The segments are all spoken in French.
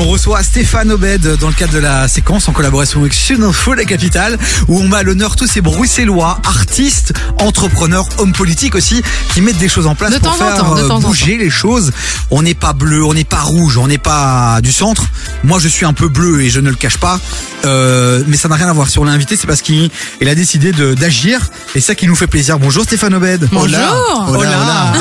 on reçoit Stéphane Obed dans le cadre de la séquence en collaboration avec Sud Info La Capitale, où on met à l'honneur tous ces bruxellois, artistes, entrepreneurs, hommes politiques aussi, qui mettent des choses en place pour faire bouger les choses. On n'est pas bleu, on n'est pas rouge, on n'est pas du centre. Moi je suis un peu bleu et je ne le cache pas, mais ça n'a rien à voir. Sur l'invité, c'est parce qu'il a décidé d'agir, et c'est ça qui nous fait plaisir. Bonjour Stéphane Obed. Bonjour. Hola.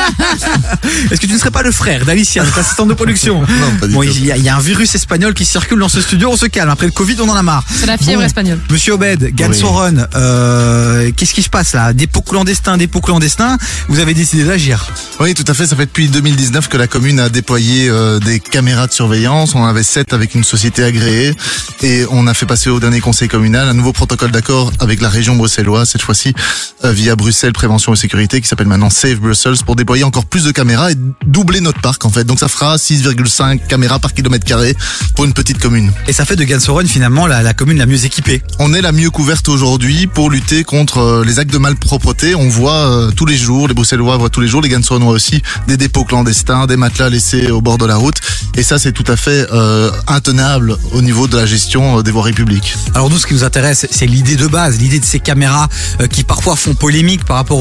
Est-ce que tu ne serais pas le frère d'Alicia, notre assistante de production? Non, pas du tout. Il y a un virus espagnol qui circule dans ce studio, on se calme. Après le Covid, on en a marre. C'est la fièvre espagnole. Monsieur Obed, Gansoren, qu'est-ce qui se passe là? Dépôt clandestin. Vous avez décidé d'agir. Oui, tout à fait. Ça fait depuis 2019 que la commune a déployé des caméras de surveillance. On en avait 7 avec une société agréée. Et on a fait passer au dernier conseil communal un nouveau protocole d'accord avec la région bruxelloise, cette fois-ci via Bruxelles Prévention et Sécurité, qui s'appelle maintenant Save Brussels, pour déployer encore plus de caméras et doubler notre parc en fait. Donc ça fera 6,5 caméras par kilomètre carré pour une petite commune. Et ça fait de Gansoren finalement la commune la mieux équipée. On est la mieux couverte aujourd'hui pour lutter contre les actes de malpropreté. On voit tous les jours, les Bruxellois voient tous les jours, les Gansorenois aussi, des dépôts clandestins, des matelas laissés au bord de la route. Et ça, c'est tout à fait intenable au niveau de la gestion des voiries publiques. Alors nous, ce qui nous intéresse, c'est l'idée de base, l'idée de ces caméras qui parfois font polémique par rapport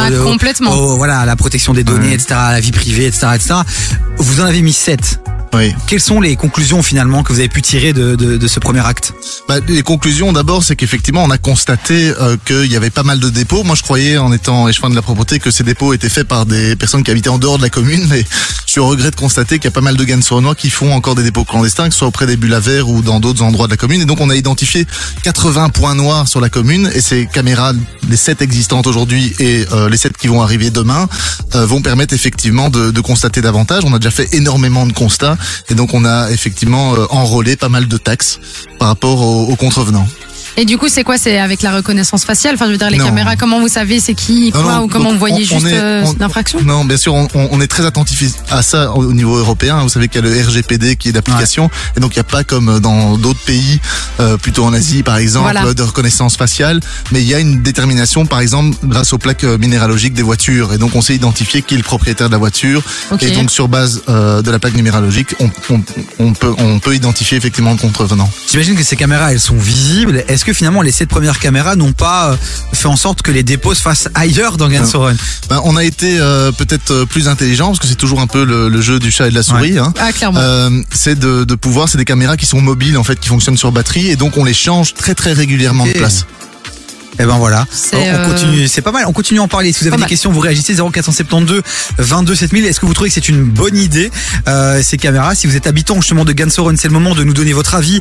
à la protection des données, etc., à la vie privée, etc., etc. Vous en avez mis 7. Oui. Quelles sont les conclusions finalement que vous avez pu tirer de ce premier acte? Les conclusions d'abord, c'est qu'effectivement on a constaté qu'il y avait pas mal de dépôts. Moi je croyais, en étant échevin de la propreté, que ces dépôts étaient faits par des personnes qui habitaient en dehors de la commune, mais je suis au regret de constater qu'il y a pas mal de Gansorenois qui font encore des dépôts clandestins, que ce soit auprès des bulles à verre ou dans d'autres endroits de la commune. Et donc on a identifié 80 points noirs sur la commune, et ces caméras, les 7 existantes aujourd'hui et les 7 qui vont arriver demain, vont permettre effectivement de constater davantage. On a déjà fait énormément de constats. Et donc on a effectivement enrôlé pas mal de taxes par rapport aux contrevenants. Et du coup, c'est quoi? C'est avec la reconnaissance faciale? Enfin, je veux dire, les caméras, comment vous savez c'est qui, quoi, non, ou comment vous voyez juste l'infraction? Non, bien sûr, on est très attentif à ça au niveau européen. Vous savez qu'il y a le RGPD qui est d'application. Et donc, il n'y a pas comme dans d'autres pays, plutôt en Asie, par exemple, de reconnaissance faciale. Mais il y a une détermination, par exemple, grâce aux plaques minéralogiques des voitures. Et donc, on sait identifier qui est le propriétaire de la voiture. Okay. Et donc, sur base de la plaque minéralogique, on peut identifier effectivement le contrevenant. J'imagine que ces caméras, elles sont visibles. Est-ce que finalement les 7 premières caméras n'ont pas fait en sorte que les dépôts se fassent ailleurs dans Gansoren? On a été peut-être plus intelligent, parce que c'est toujours un peu le jeu du chat et de la souris. Hein. Ah, clairement. C'est de pouvoir, c'est des caméras qui sont mobiles en fait, qui fonctionnent sur batterie, et donc on les change très très régulièrement de place. Et ben voilà, on continue, c'est pas mal, on continue à en parler. Si vous avez des questions, vous réagissez 0472 22 7000. Est-ce que vous trouvez que c'est une bonne idée, ces caméras? Si vous êtes habitant justement de Gansoren, c'est le moment de nous donner votre avis.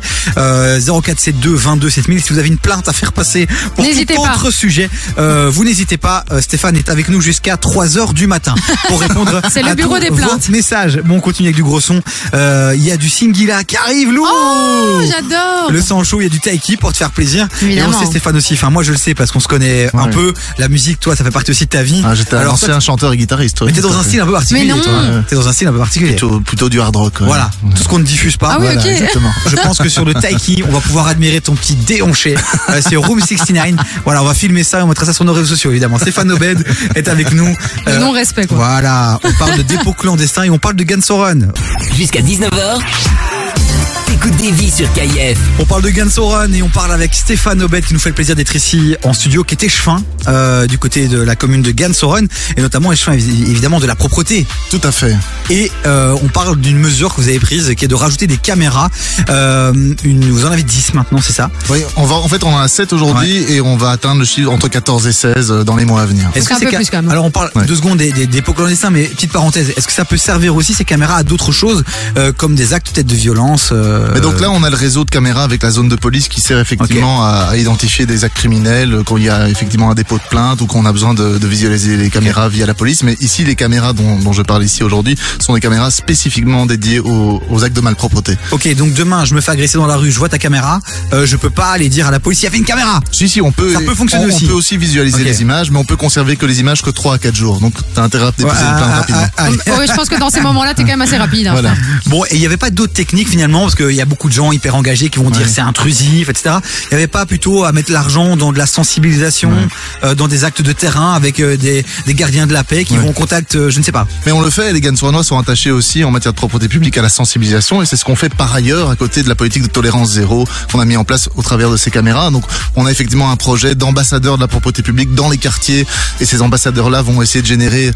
0472 22 7000. Si vous avez une plainte à faire passer pour tout autre sujet, vous n'hésitez pas. Stéphane est avec nous jusqu'à 3h du matin pour répondre c'est le bureau des plaintes. Votre message. Bon, on continue avec du gros son. Il y a du Singila qui arrive, lourd. Oh, j'adore. Le sang chaud, il y a du Taiki pour te faire plaisir. Évidemment. Et on sait Stéphane aussi. Enfin, moi je le sais parce qu'on se connaît un peu. La musique, toi, ça fait partie aussi de ta vie. J'étais un ancien chanteur et guitariste. Mais t'es dans un style un peu particulier. Mais non. T'es dans un style un peu particulier. Plutôt du hard rock. Voilà. Tout ce qu'on ne diffuse pas. Ah oui, ok. Exactement. Je pense que sur le Taiki, on va pouvoir admirer ton petit déhanché. C'est Room 69. Voilà, on va filmer ça et on mettra ça sur nos réseaux sociaux, évidemment. Stéphane Obed est avec nous. Le non-respect, quoi. Voilà. On parle de dépôt clandestin et on parle de Gansoren. Jusqu'à 19h. Écoute Davy sur KIF. On parle de Gansoren et on parle avec Stéphane Obed qui nous fait le plaisir d'être ici en studio, qui est échevin du côté de la commune de Gansoren, et notamment échevin évidemment de la propreté. Tout à fait. Et on parle d'une mesure que vous avez prise qui est de rajouter des caméras. Vous en avez 10 maintenant, c'est ça? Oui, on en a 7 aujourd'hui, et on va atteindre le chiffre entre 14 et 16 dans les mois à venir. Est-ce que un peu plus quand même. Alors on parle 2 secondes des dépôts clandestins, mais petite parenthèse, est-ce que ça peut servir aussi ces caméras à d'autres choses, comme des actes peut-être de violence? Mais donc là, on a le réseau de caméras avec la zone de police qui sert effectivement à identifier des actes criminels quand il y a effectivement un dépôt de plainte ou qu'on a besoin de visualiser les caméras via la police. Mais ici, les caméras dont je parle ici aujourd'hui sont des caméras spécifiquement dédiées aux actes de malpropreté. Ok, donc demain, je me fais agresser dans la rue, je vois ta caméra, je peux pas aller dire à la police, il y avait une caméra. Si, on peut. Ça peut fonctionner aussi. On peut aussi visualiser les images, mais on peut conserver que les images que 3 à 4 jours. Donc, t'as intérêt à déposer une plainte rapidement. Oui, je pense que dans ces moments-là, t'es quand même assez rapide. Voilà. Bon, et il y avait pas d'autres techniques finalement, parce qu'il y a beaucoup beaucoup de gens hyper engagés qui vont dire c'est intrusif, etc. Il n'y avait pas plutôt à mettre l'argent dans de la sensibilisation, dans des actes de terrain avec des gardiens de la paix qui vont au contact, je ne sais pas. Mais on le fait, les Gansouranois sont attachés aussi en matière de propreté publique à la sensibilisation et c'est ce qu'on fait par ailleurs à côté de la politique de tolérance zéro qu'on a mis en place au travers de ces caméras. Donc on a effectivement un projet d'ambassadeurs de la propreté publique dans les quartiers et ces ambassadeurs-là vont essayer de générer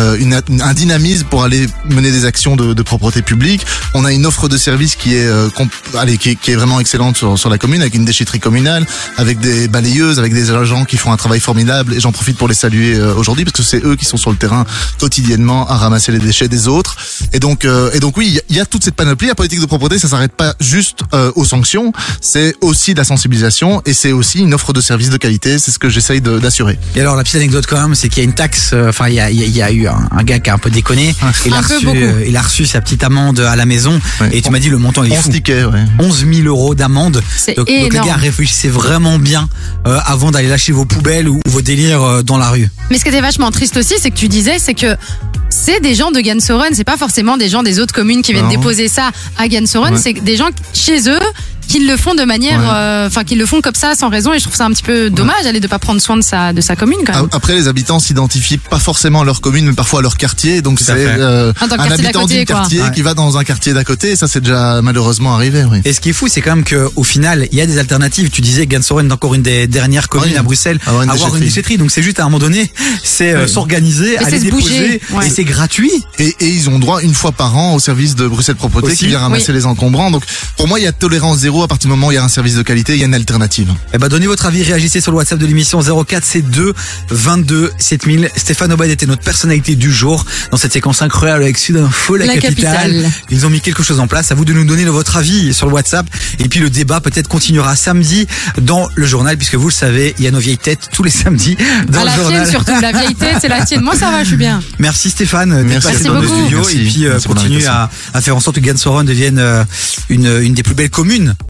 un dynamisme pour aller mener des actions de propreté publique. On a une offre de service qui est vraiment excellente sur la commune, avec une déchetterie communale, avec des balayeuses, avec des agents qui font un travail formidable et j'en profite pour les saluer aujourd'hui parce que c'est eux qui sont sur le terrain quotidiennement à ramasser les déchets des autres. Et donc oui, il y a toute cette panoplie. La politique de propreté, ça s'arrête pas juste aux sanctions, c'est aussi de la sensibilisation et c'est aussi une offre de service de qualité. C'est ce que j'essaye d'assurer. Et alors la petite anecdote quand même, c'est qu'il y a une taxe. Enfin, il y a eu un gars qui a un peu déconné. Il a reçu sa petite amende à la maison. Et tu m'as dit le montant il est fou. 11 000 euros d'amende. Donc les gars, réfléchissez vraiment bien avant d'aller lâcher vos poubelles ou vos délires dans la rue. Mais ce qui était vachement triste aussi, c'est que tu disais, c'est que c'est des gens de Gansoren, c'est pas forcément des gens des autres communes qui viennent déposer ça à Gansoren, c'est des gens chez eux qui le font de manière, qui le font comme ça sans raison, et je trouve ça un petit peu dommage de pas prendre soin de sa commune quand même. Après, les habitants s'identifient pas forcément à leur commune, mais parfois à leur quartier, donc c'est un habitant du quartier qui va dans un quartier d'à côté, et ça c'est déjà malheureusement arrivé. Oui. Et ce qui est fou, c'est quand même qu'au final, il y a des alternatives. Tu disais Gansoren est encore une des dernières communes à Bruxelles à avoir une déchetterie, donc c'est juste à un moment donné, c'est s'organiser, aller déposer, et c'est gratuit. Et ils ont droit une fois par an au service de Bruxelles Propreté qui vient ramasser les encombrants. Donc pour moi, il y a tolérance zéro à partir du moment où il y a un service de qualité, il y a une alternative. Eh ben, donnez votre avis, réagissez sur le WhatsApp de l'émission 0472 22 7000. Stéphane Aubade était notre personnalité du jour dans cette séquence incroyable avec Sud Info, la capitale. Ils ont mis quelque chose en place. À vous de nous donner votre avis sur le WhatsApp. Et puis le débat peut-être continuera samedi dans le journal, puisque vous le savez, il y a nos vieilles têtes tous les samedis dans le journal. La tienne surtout, la vieille tête, c'est la tienne. Moi ça va, je suis bien. Merci Stéphane d'être passé dans le studio. Et puis continue à faire en sorte que Gansoren devienne une des plus belles communes